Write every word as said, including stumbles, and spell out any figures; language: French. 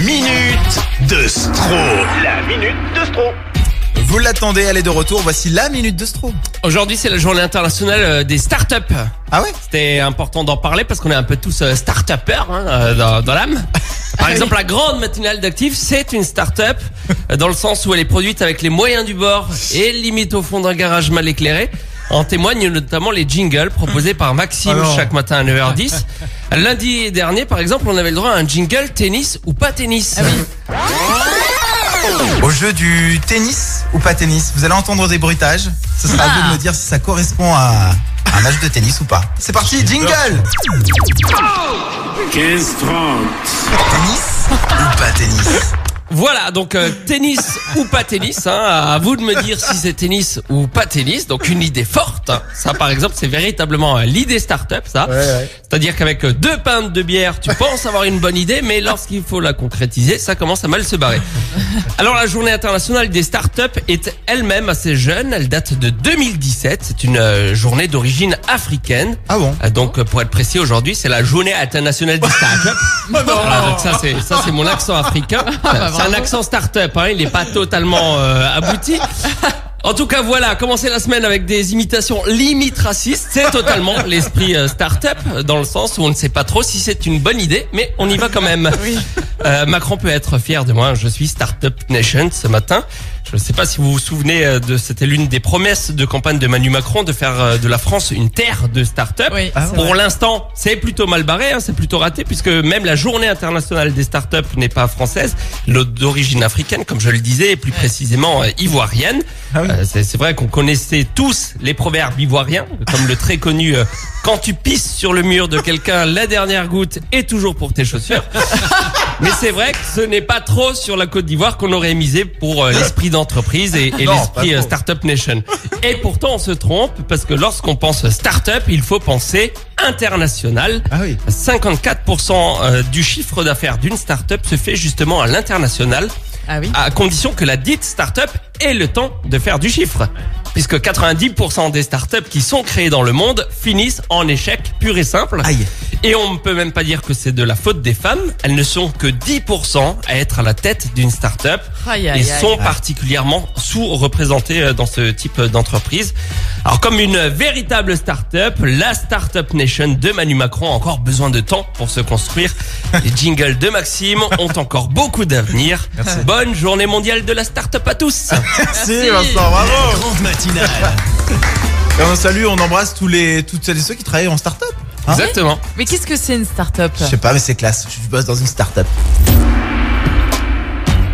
minute de Stro. La minute de Stro. Vous l'attendez, elle est de retour. Voici la minute de Stro. Aujourd'hui, c'est la journée internationale des startups. Ah ouais? C'était important d'en parler parce qu'on est un peu tous euh, start-uppers hein, euh, dans, dans l'âme. Par exemple, la grande matinale d'Active, c'est une start-up euh, dans le sens où elle est produite avec les moyens du bord et limite au fond d'un garage mal éclairé. En témoignent notamment les jingles proposés par Maxime Alors. chaque matin à neuf heures dix. Lundi dernier, par exemple, on avait le droit à un jingle tennis ou pas tennis. Ah Au jeu du tennis ou pas tennis, vous allez entendre des bruitages. Ce sera à vous de me dire si ça correspond à un match de tennis ou pas. C'est parti, jingle. quinze trente. Tennis ou pas tennis? Voilà, donc euh, tennis ou pas tennis, hein, à vous de me dire si c'est tennis ou pas tennis. Donc une idée forte, hein. Ça par exemple c'est véritablement euh, l'idée start-up ça. Ouais, ouais. C'est-à-dire qu'avec euh, deux pintes de bière, tu penses avoir une bonne idée, mais lorsqu'il faut la concrétiser, ça commence à mal se barrer. Alors la journée internationale des start-up est elle-même assez jeune, elle date de deux mille dix-sept, c'est une euh, journée d'origine africaine. Ah bon? Euh, Donc euh, pour être précis, aujourd'hui c'est la journée internationale des start-up. Voilà, donc ça c'est ça c'est mon accent africain. C'est un accent start-up, hein, il n'est pas totalement euh, abouti. En tout cas, voilà, commencer la semaine avec des imitations limite racistes, c'est totalement l'esprit euh, start-up, dans le sens où on ne sait pas trop si c'est une bonne idée, mais on y va quand même. Euh, Macron peut être fier de moi, je suis Startup Nation ce matin. Je ne sais pas si vous vous souvenez euh, de, c'était l'une des promesses de campagne de Manu Macron de faire euh, de la France une terre de start-up. Oui, Ah c'est Pour vrai. l'instant, c'est plutôt mal barré, hein, c'est plutôt raté, puisque même la journée internationale des startups n'est pas française, d'origine africaine, comme je le disais, et plus précisément euh, ivoirienne. Ah oui. Euh, c'est, c'est vrai qu'on connaissait tous les proverbes ivoiriens, comme le très connu euh, quand tu pisses sur le mur de quelqu'un, la dernière goutte est toujours pour tes chaussures. Mais c'est vrai que ce n'est pas trop sur la Côte d'Ivoire qu'on aurait misé pour euh, l'esprit d'entreprise et, et Non, l'esprit pas euh, trop. Startup Nation. Et pourtant, on se trompe parce que lorsqu'on pense startup, il faut penser international. Ah oui. cinquante-quatre pour cent euh, du chiffre d'affaires d'une startup se fait justement à l'international, Ah oui. à condition que la dite startup ait le temps de faire du chiffre. Puisque quatre-vingt-dix pour cent des startups qui sont créées dans le monde finissent en échec pur et simple. Aïe. Et on ne peut même pas dire que c'est de la faute des femmes. Elles ne sont que dix pour cent à être à la tête d'une start-up Aïe, et aïe, aïe. sont particulièrement sous-représentées dans ce type d'entreprise. Alors comme une véritable start-up, la Startup Nation de Manu Macron a encore besoin de temps pour se construire. Les jingles de Maxime ont encore beaucoup d'avenir. Bonne journée mondiale de la start-up à tous. Merci Vincent, bravo. Grande matinale. Et on salue, on embrasse tous les, toutes celles et ceux qui travaillent en start-up. Hein? Exactement. Mais qu'est-ce que c'est une start-up? Je sais pas, mais c'est classe. Je bosse dans une start-up.